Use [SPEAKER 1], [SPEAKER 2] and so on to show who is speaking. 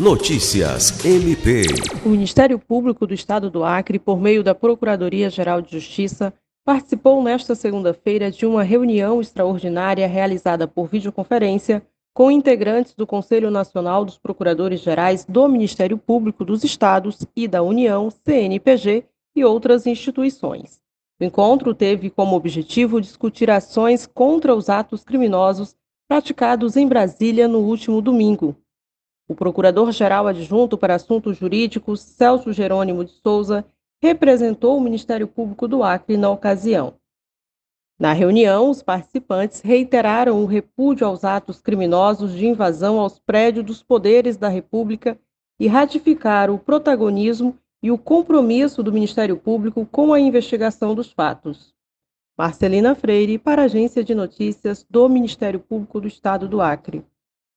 [SPEAKER 1] Notícias MP.
[SPEAKER 2] O Ministério Público do Estado do Acre, por meio da Procuradoria-Geral de Justiça, participou nesta segunda-feira de uma reunião extraordinária realizada por videoconferência com integrantes do Conselho Nacional dos Procuradores-Gerais do Ministério Público dos Estados e da União, CNPG, e outras instituições. O encontro teve como objetivo discutir ações contra os atos criminosos praticados em Brasília no último domingo. O Procurador-Geral Adjunto para Assuntos Jurídicos, Celso Jerônimo de Souza, representou o Ministério Público do Acre na ocasião. Na reunião, os participantes reiteraram o repúdio aos atos criminosos de invasão aos prédios dos poderes da República e ratificaram o protagonismo e o compromisso do Ministério Público com a investigação dos fatos. Marcelina Freire, para a Agência de Notícias do Ministério Público do Estado do Acre.